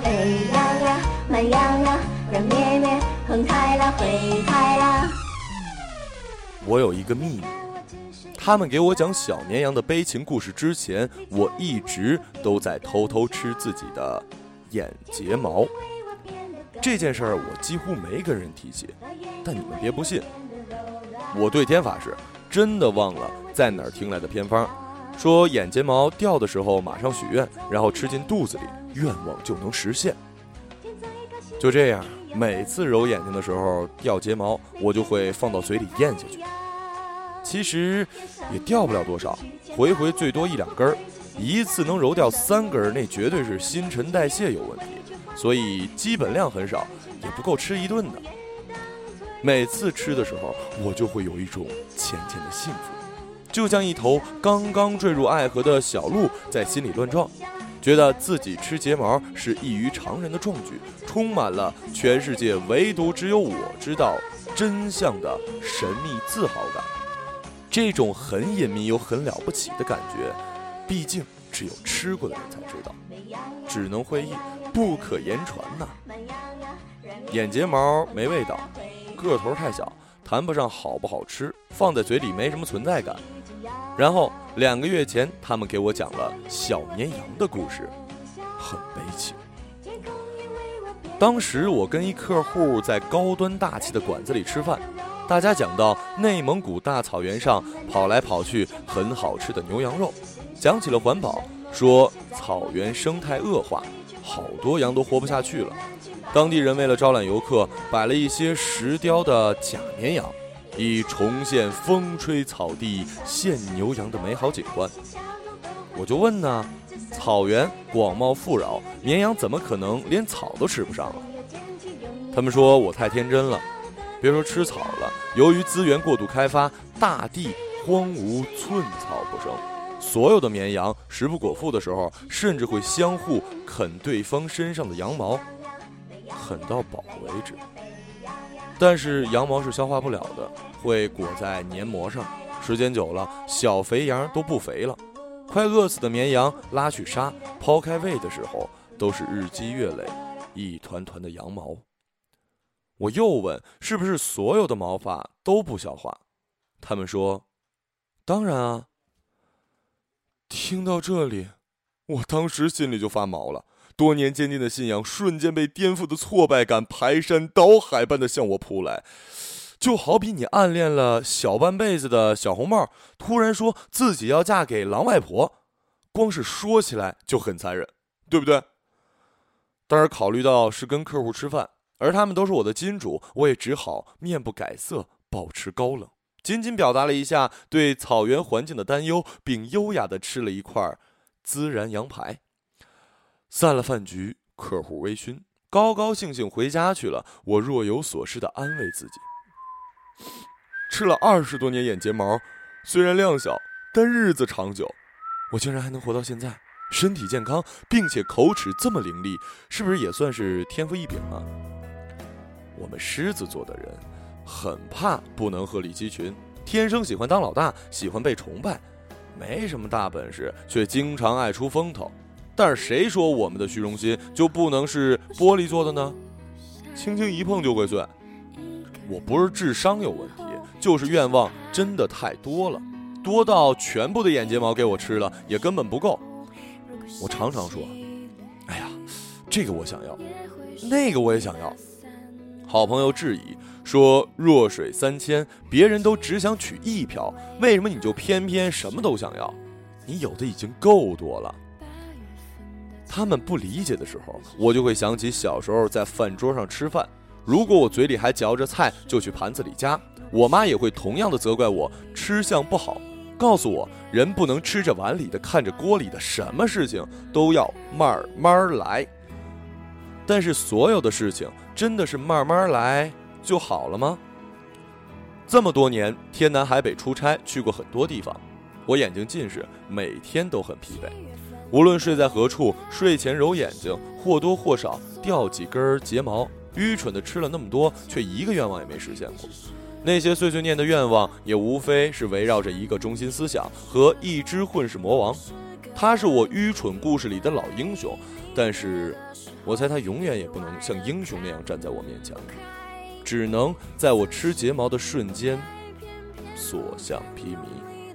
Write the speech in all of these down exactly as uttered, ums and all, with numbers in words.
沸呀呀，慢呀呀，软绵绵，横开了，回开了。 我有一个秘密，他们给我讲小绵羊的悲情故事之前，我一直都在偷偷吃自己的眼睫毛。这件事儿我几乎没跟人提起，但你们别不信，我对天发誓，真的忘了在哪儿听来的偏方，说眼睫毛掉的时候马上许愿，然后吃进肚子里，愿望就能实现。就这样，每次揉眼睛的时候掉睫毛，我就会放到嘴里咽下去。其实也掉不了多少，回回最多一两根儿，一次能揉掉三根儿，那绝对是新陈代谢有问题，所以基本量很少，也不够吃一顿的。每次吃的时候，我就会有一种浅浅的幸福，就像一头刚刚坠入爱河的小鹿在心里乱撞，觉得自己吃睫毛是异于常人的壮举，充满了全世界唯独只有我知道真相的神秘自豪感。这种很隐秘又很了不起的感觉，毕竟只有吃过的人才知道，只能会意，不可言传呐。眼睫毛没味道，个头太小，谈不上好不好吃，放在嘴里没什么存在感。然后两个月前，他们给我讲了小绵羊的故事，很悲情。当时我跟一客户在高端大气的馆子里吃饭，大家讲到内蒙古大草原上跑来跑去很好吃的牛羊肉，讲起了环保，说草原生态恶化，好多羊都活不下去了。当地人为了招揽游客，摆了一些石雕的假绵羊，以重现风吹草地现牛羊的美好景观。我就问呢，草原广袤富饶，绵羊怎么可能连草都吃不上了？他们说我太天真了，别说吃草了，由于资源过度开发，大地荒芜，寸草不生。所有的绵羊食不果腹的时候，甚至会相互啃对方身上的羊毛，啃到饱为止。但是羊毛是消化不了的，会裹在黏膜上，时间久了，小肥羊都不肥了。快饿死的绵羊拉去杀，抛开喂的时候，都是日积月累，一团团的羊毛。我又问，是不是所有的毛发都不消化？他们说，当然啊。听到这里，我当时心里就发毛了。多年坚定的信仰瞬间被颠覆的挫败感排山倒海般的向我扑来，就好比你暗恋了小半辈子的小红帽，突然说自己要嫁给狼外婆，光是说起来就很残忍，对不对？但是考虑到是跟客户吃饭，而他们都是我的金主，我也只好面不改色，保持高冷，仅仅表达了一下对草原环境的担忧，并优雅地吃了一块孜然羊排。散了饭局，客户微醺，高高兴兴回家去了。我若有所思地安慰自己，吃了二十多年眼睫毛，虽然量小，但日子长久。我竟然还能活到现在，身体健康，并且口齿这么伶俐，是不是也算是天赋异禀啊？我们狮子座的人很怕不能鹤立鸡群，天生喜欢当老大，喜欢被崇拜，没什么大本事，却经常爱出风头。但是谁说我们的虚荣心就不能是玻璃做的呢？轻轻一碰就会碎。我不是智商有问题，就是愿望真的太多了，多到全部的眼睫毛给我吃了也根本不够。我常常说，哎呀，这个我想要，那个我也想要。好朋友质疑说，弱水三千，别人都只想取一瓢，为什么你就偏偏什么都想要？你有的已经够多了。他们不理解的时候，我就会想起小时候在饭桌上吃饭，如果我嘴里还嚼着菜就去盘子里夹，我妈也会同样的责怪我吃相不好，告诉我人不能吃着碗里的看着锅里的，什么事情都要慢慢来。但是所有的事情真的是慢慢来就好了吗？这么多年天南海北出差，去过很多地方，我眼睛近视，每天都很疲惫。无论睡在何处，睡前揉眼睛，或多或少掉几根睫毛，愚蠢的吃了那么多，却一个愿望也没实现过。那些碎碎念的愿望，也无非是围绕着一个中心思想和一只混世魔王。 他是我愚蠢故事里的老英雄，但是我猜他永远也不能像英雄那样站在我面前，只能在我吃睫毛的瞬间所向披靡。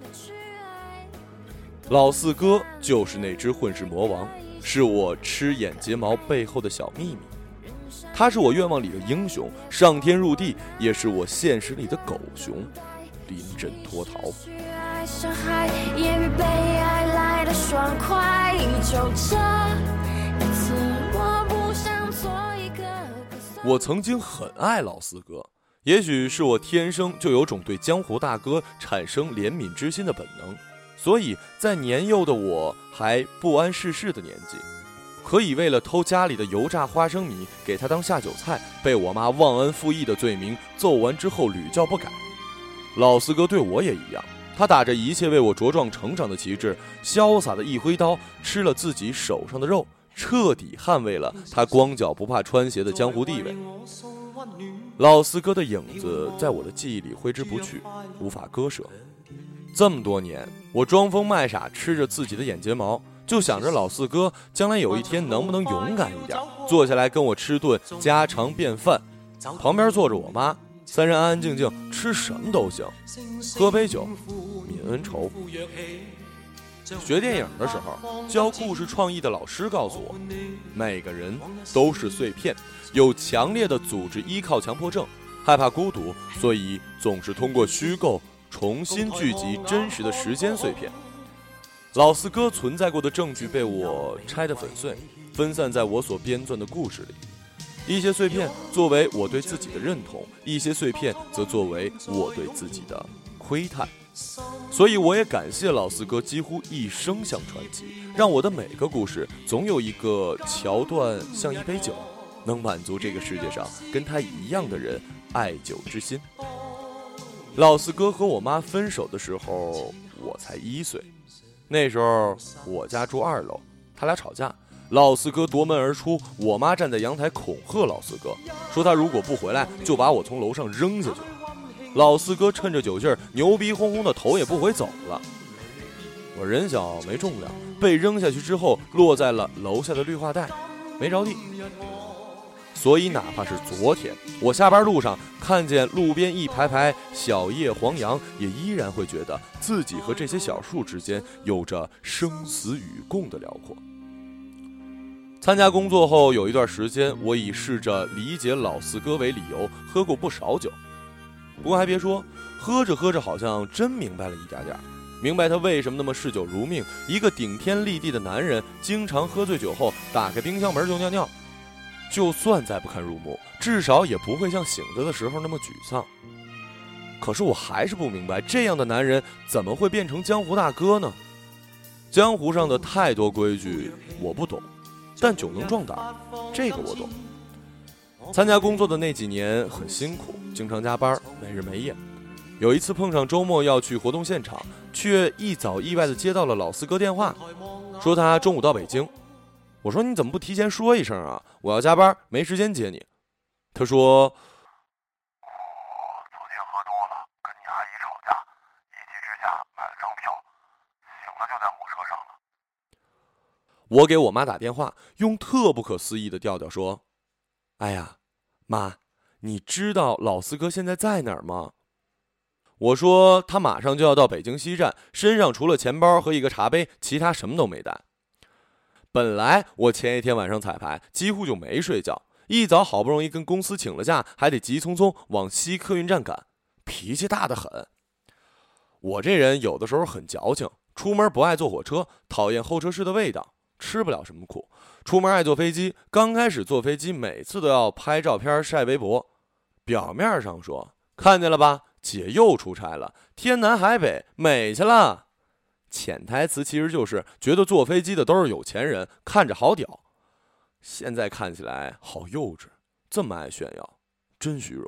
老四哥就是那只混世魔王，是我吃眼睫毛背后的小秘密。他是我愿望里的英雄，上天入地，也是我现实里的狗熊，临阵脱逃。 伤害也比被爱来的爽快，就这一次我不想做一个。 我曾经很爱老四哥，也许是我天生就有种对江湖大哥产生怜悯之心的本能，所以在年幼的我还不谙世事的年纪，可以为了偷家里的油炸花生米给他当下酒菜，被我妈忘恩负义的罪名揍完之后屡教不改。老四哥对我也一样，他打着一切为我茁壮成长的旗帜，潇洒的一挥刀，吃了自己手上的肉，彻底捍卫了他光脚不怕穿鞋的江湖地位。老四哥的影子在我的记忆里挥之不去，无法割舍。这么多年，我装疯卖傻吃着自己的眼睫毛，就想着老四哥将来有一天能不能勇敢一点，坐下来跟我吃顿家常便饭，旁边坐着我妈，三人安安静静吃什么都行，喝杯酒泯恩仇。学电影的时候，教故事创意的老师告诉我，每个人都是碎片，有强烈的组织依靠强迫症，害怕孤独，所以总是通过虚构重新聚集真实的时间碎片。老四哥存在过的证据被我拆得粉碎，分散在我所编撰的故事里。一些碎片作为我对自己的认同，一些碎片则作为我对自己的窥探。所以我也感谢老四哥几乎一生像传奇，让我的每个故事总有一个桥段像一杯酒，能满足这个世界上跟他一样的人爱酒之心。老四哥和我妈分手的时候，我才一岁。那时候我家住二楼，他俩吵架，老四哥夺门而出，我妈站在阳台恐吓老四哥，说他如果不回来就把我从楼上扔下去。老四哥趁着酒劲儿，牛逼哄哄的头也不回走了。我人小没重量，被扔下去之后落在了楼下的绿化带，没着地。所以哪怕是昨天我下班路上看见路边一排排小叶黄杨，也依然会觉得自己和这些小树之间有着生死与共的辽阔。参加工作后有一段时间，我以试着理解老四哥为理由喝过不少酒。不过还别说，喝着喝着好像真明白了一点点，明白他为什么那么嗜酒如命。一个顶天立地的男人，经常喝醉酒后打开冰箱门就尿尿，就算再不堪入目，至少也不会像醒着的时候那么沮丧。可是我还是不明白，这样的男人怎么会变成江湖大哥呢？江湖上的太多规矩我不懂，但酒能壮胆，这个我懂。参加工作的那几年很辛苦，经常加班，没日没夜。有一次碰上周末要去活动现场，却一早意外地接到了老四哥电话，说他中午到北京。我说你怎么不提前说一声啊？我要加班，没时间接你。他说我昨天喝多了，跟你阿姨吵架，一气之下买了张票，醒了就在火车上了。 我给我妈打电话，用特不可思议的调调说，哎呀妈，你知道老四哥现在在哪儿吗？我说他马上就要到北京西站，身上除了钱包和一个茶杯，其他什么都没带。本来我前一天晚上彩排，几乎就没睡觉，一早好不容易跟公司请了假，还得急匆匆往西客运站赶，脾气大得很。我这人有的时候很矫情，出门不爱坐火车，讨厌候车室的味道，吃不了什么苦。出门爱坐飞机，刚开始坐飞机每次都要拍照片晒微博。表面上说看见了吧，姐又出差了，天南海北美去了，潜台词其实就是觉得坐飞机的都是有钱人，看着好屌。现在看起来好幼稚，这么爱炫耀，真虚荣。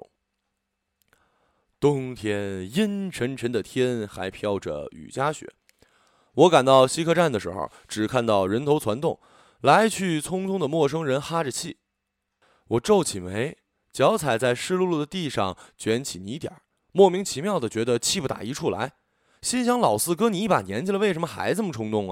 冬天阴沉沉的天还飘着雨夹雪，我赶到西客站的时候，只看到人头攒动，来去匆匆的陌生人哈着气。我皱起眉，脚踩在湿漉漉的地上，卷起泥点，莫名其妙的觉得气不打一处来。心想老四哥，你一把年纪了，为什么还这么冲动啊？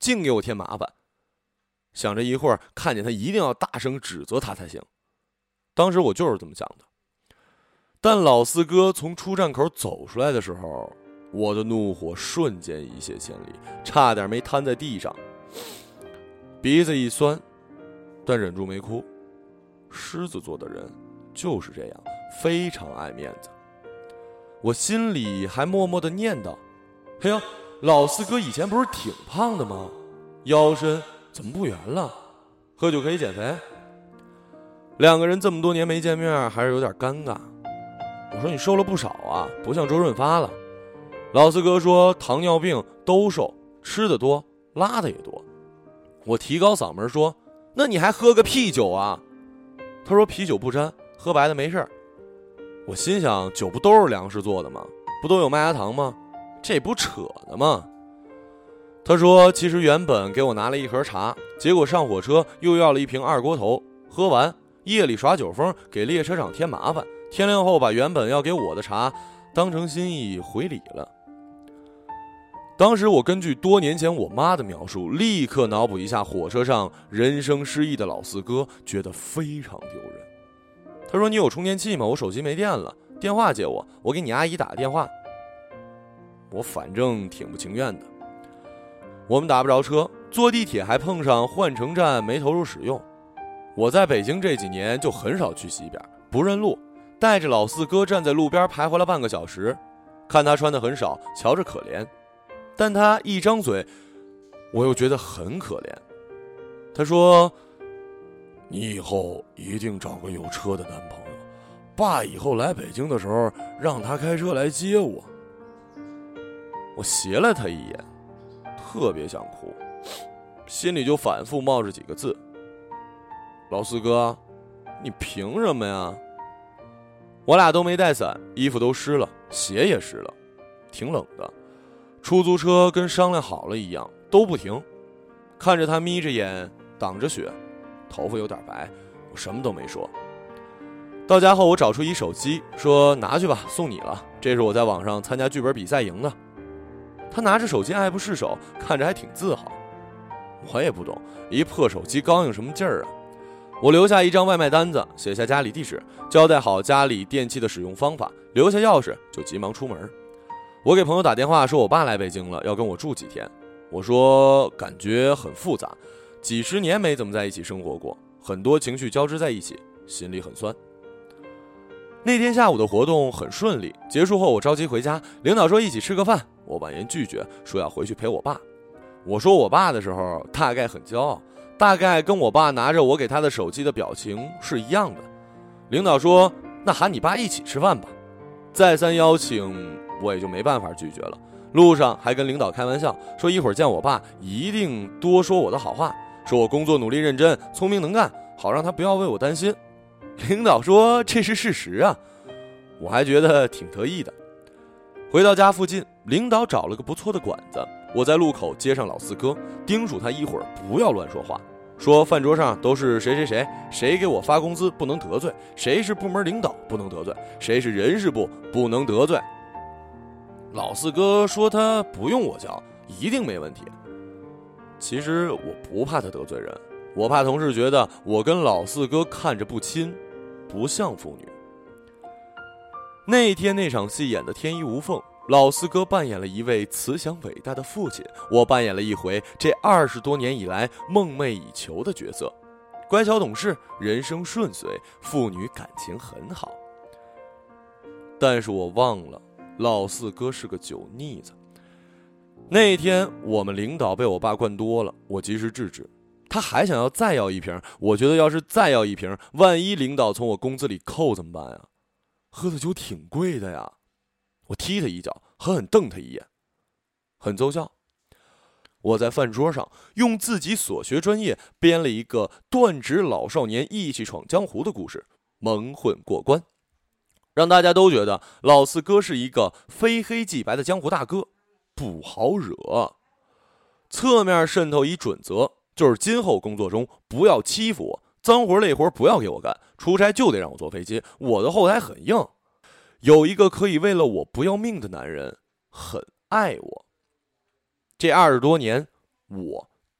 净给我添麻烦。想着一会儿看见他一定要大声指责他才行。当时我就是这么想的。但老四哥从出站口走出来的时候，我的怒火瞬间一泻千里，差点没瘫在地上，鼻子一酸，但忍住没哭。狮子座的人就是这样，非常爱面子。我心里还默默地念叨：哎呀，老四哥以前不是挺胖的吗？腰身怎么不圆了？喝酒可以减肥？两个人这么多年没见面，还是有点尴尬。我说你瘦了不少啊，不像周润发了。老四哥说糖尿病都瘦，吃的多，拉的也多。我提高嗓门说，那你还喝个屁酒啊？他说啤酒不沾，喝白的没事。我心想，酒不都是粮食做的吗？不都有麦芽糖吗？这不扯呢吗？他说其实原本给我拿了一盒茶，结果上火车又要了一瓶二锅头，喝完夜里耍酒疯，给列车长添麻烦，天亮后把原本要给我的茶当成心意回礼了。当时我根据多年前我妈的描述，立刻脑补一下火车上人生失意的老四哥，觉得非常丢人。他说你有充电器吗？我手机没电了，电话借我，我给你阿姨打个电话。我反正挺不情愿的。我们打不着车，坐地铁还碰上换乘站没投入使用。我在北京这几年就很少去西边，不认路，带着老四哥站在路边徘徊了半个小时，看他穿得很少，瞧着可怜，但他一张嘴，我又觉得很可怜。他说，你以后一定找个有车的男朋友，爸以后来北京的时候让他开车来接我。我斜了他一眼，特别想哭，心里就反复冒着几个字，老四哥，你凭什么呀？我俩都没带伞，衣服都湿了，鞋也湿了，挺冷的。出租车跟商量好了一样，都不停。看着他眯着眼挡着雪，头发有点白，我什么都没说。到家后我找出一手机，说拿去吧，送你了，这是我在网上参加剧本比赛赢的。他拿着手机爱不释手，看着还挺自豪。我也不懂，一破手机高兴什么劲儿啊。我留下一张外卖单子，写下家里地址，交代好家里电器的使用方法，留下钥匙就急忙出门。我给朋友打电话说我爸来北京了，要跟我住几天。我说感觉很复杂，几十年没怎么在一起生活过，很多情绪交织在一起，心里很酸。那天下午的活动很顺利，结束后我着急回家，领导说一起吃个饭，我婉言拒绝，说要回去陪我爸。我说我爸的时候大概很骄傲，大概跟我爸拿着我给他的手机的表情是一样的。领导说那喊你爸一起吃饭吧，再三邀请我也就没办法拒绝了。路上还跟领导开玩笑，说一会儿见我爸一定多说我的好话，说我工作努力认真，聪明能干，好让他不要为我担心。领导说这是事实啊，我还觉得挺得意的。回到家附近，领导找了个不错的馆子，我在路口接上老四哥，叮嘱他一会儿不要乱说话，说饭桌上都是谁谁谁，谁给我发工资不能得罪，谁是部门领导不能得罪，谁是人事部不能得罪。老四哥说他不用我教，一定没问题。其实我不怕他得罪人，我怕同事觉得我跟老四哥看着不亲，不像父女。那天那场戏演得天衣无缝，老四哥扮演了一位慈祥伟大的父亲，我扮演了一回这二十多年以来梦寐以求的角色，乖巧懂事，人生顺遂，父女感情很好。但是我忘了老四哥是个酒腻子。那天我们领导被我爸灌多了，我及时制止，他还想要再要一瓶，我觉得要是再要一瓶，万一领导从我工资里扣怎么办呀？喝的酒挺贵的呀。我踢他一脚，狠狠瞪他一眼，很奏效。我在饭桌上用自己所学专业编了一个断指老少年义气闯江湖的故事，蒙混过关，让大家都觉得老四哥是一个非黑即白的江湖大哥，不好惹。侧面渗透一准则，就是今后工作中不要欺负我，脏活累活不要给我干，出差就得让我坐飞机，我的后台很硬。有一个可以为了我不要命的男人，很爱我。这二十多年，我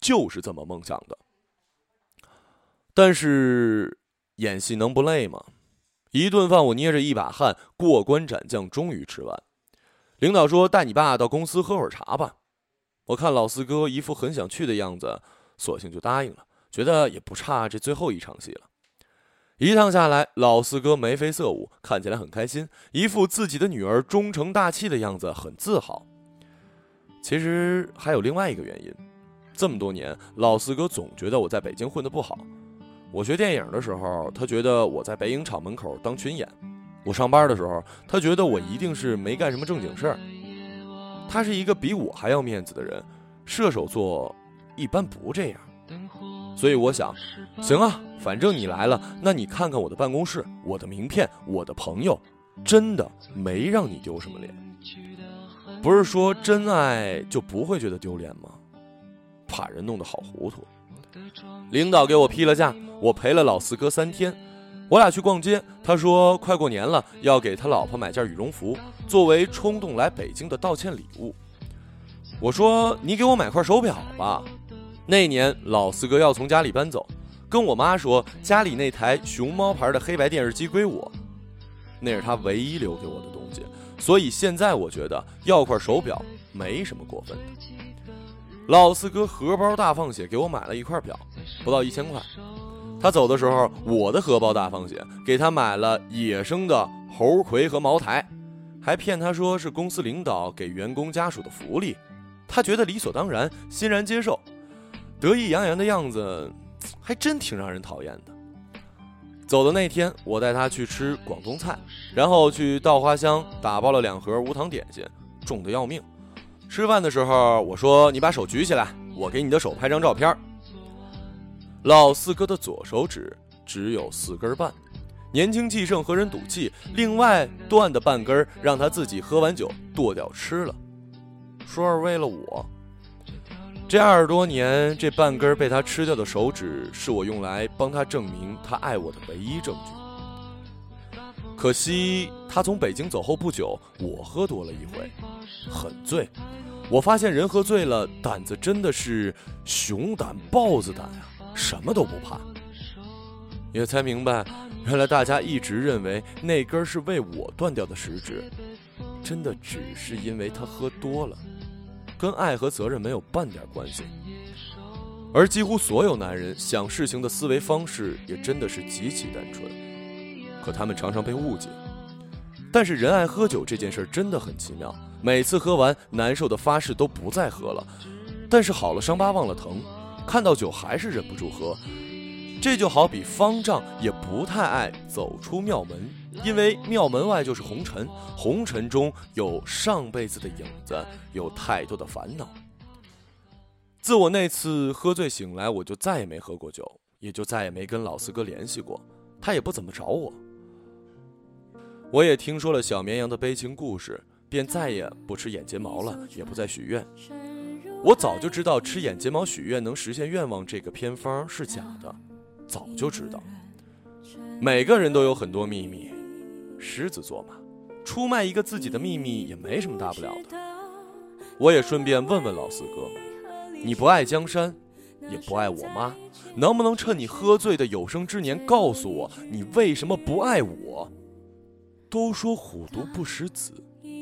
就是这么梦想的。但是演戏能不累吗？一顿饭我捏着一把汗，过关斩将，终于吃完。领导说带你爸到公司喝会儿茶吧。我看老四哥一副很想去的样子，索性就答应了，觉得也不差这最后一场戏了。一趟下来，老四哥眉飞色舞，看起来很开心，一副自己的女儿忠诚大气的样子，很自豪。其实还有另外一个原因，这么多年，老四哥总觉得我在北京混得不好。我学电影的时候，他觉得我在北影厂门口当群演；我上班的时候，他觉得我一定是没干什么正经事儿。他是一个比我还要面子的人，射手座一般不这样。所以我想，行啊，反正你来了，那你看看我的办公室，我的名片，我的朋友，真的没让你丢什么脸。不是说真爱就不会觉得丢脸吗？把人弄得好糊涂。领导给我批了假，我陪了老四哥三天。我俩去逛街，他说快过年了，要给他老婆买件羽绒服，作为冲动来北京的道歉礼物。我说你给我买块手表吧。那年老四哥要从家里搬走，跟我妈说家里那台熊猫牌的黑白电视机归我，那是他唯一留给我的东西，所以现在我觉得要块手表没什么过分的。老四哥荷包大放血给我买了一块表，不到一千块。他走的时候，我的荷包大放血给他买了野生的猴魁和茅台，还骗他说是公司领导给员工家属的福利，他觉得理所当然，欣然接受，得意洋洋的样子还真挺让人讨厌的。走的那天，我带他去吃广东菜，然后去稻花香打包了两盒无糖点心，重得要命。吃饭的时候，我说你把手举起来，我给你的手拍张照片。老四哥的左手指只有四根半，年轻气盛和人赌气，另外断的半根让他自己喝完酒剁掉吃了，说是为了我。这二十多年，这半根被他吃掉的手指是我用来帮他证明他爱我的唯一证据。可惜他从北京走后不久，我喝多了一回，很醉。我发现人喝醉了，胆子真的是熊胆豹子胆啊，什么都不怕。也才明白，原来大家一直认为那根是为我断掉的食指，真的只是因为他喝多了，跟爱和责任没有半点关系。而几乎所有男人想事情的思维方式也真的是极其单纯，可他们常常被误解。但是人爱喝酒这件事真的很奇妙，每次喝完难受的发誓都不再喝了，但是好了伤疤忘了疼，看到酒还是忍不住喝。这就好比方丈也不太爱走出庙门，因为庙门外就是红尘，红尘中有上辈子的影子，有太多的烦恼。自我那次喝醉醒来，我就再也没喝过酒，也就再也没跟老四哥联系过，他也不怎么找我。我也听说了小绵羊的悲情故事，便再也不吃眼睫毛了，也不再许愿。我早就知道吃眼睫毛许愿能实现愿望这个偏方是假的，早就知道。每个人都有很多秘密，狮子座嘛，出卖一个自己的秘密也没什么大不了的。我也顺便问问老四哥，你不爱江山，也不爱我妈，能不能趁你喝醉的有生之年告诉我，你为什么不爱我？都说虎毒不食子，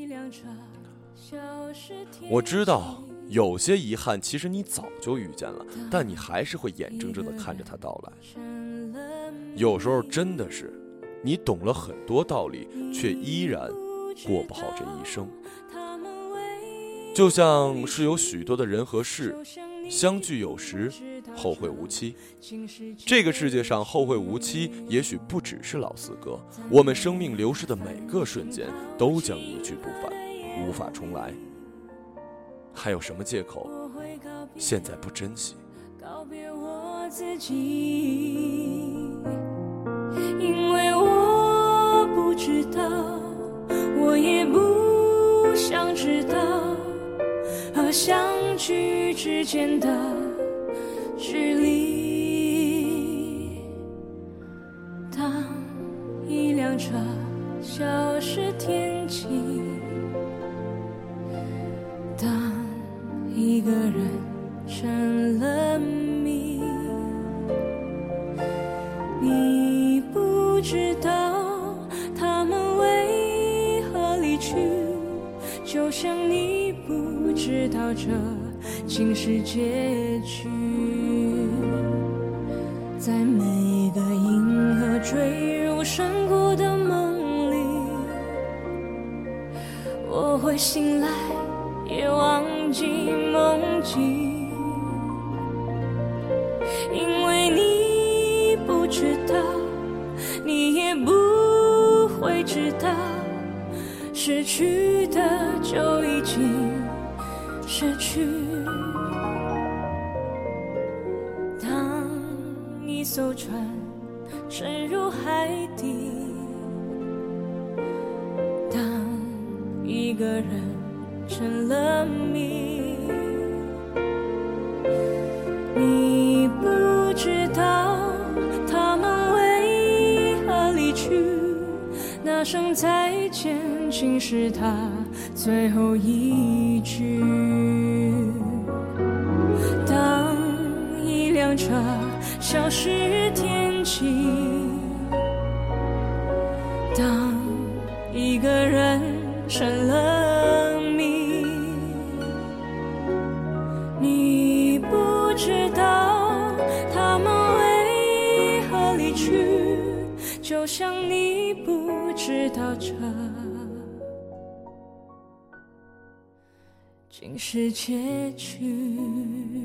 我知道有些遗憾其实你早就遇见了，但你还是会眼睁睁地看着它到来。有时候真的是你懂了很多道理，却依然过不好这一生。就像是有许多的人和事相聚有时，后会无期。这个世界上后会无期也许不只是老四哥，我们生命流逝的每个瞬间都将一去不返，无法重来。还有什么借口现在不珍惜？ 告别我自己，因为我不知道，我也不想知道和相聚之间的距离。当一辆车消失天际，当一个人成了知道他们为何离去，就像你不知道这竟是结局。在每个银河坠入山谷的梦里，我会醒来也忘记梦境，因为你不知道，你也不会知道，失去的就已经失去。当一艘船沉入海底，当一个人成了谜，你不知道他们为何离去，那声再见竟是他最后一句。当一辆车消失天际，当一个人成了谜，你不知道他们为何离去，就像你不知道这竟是结局。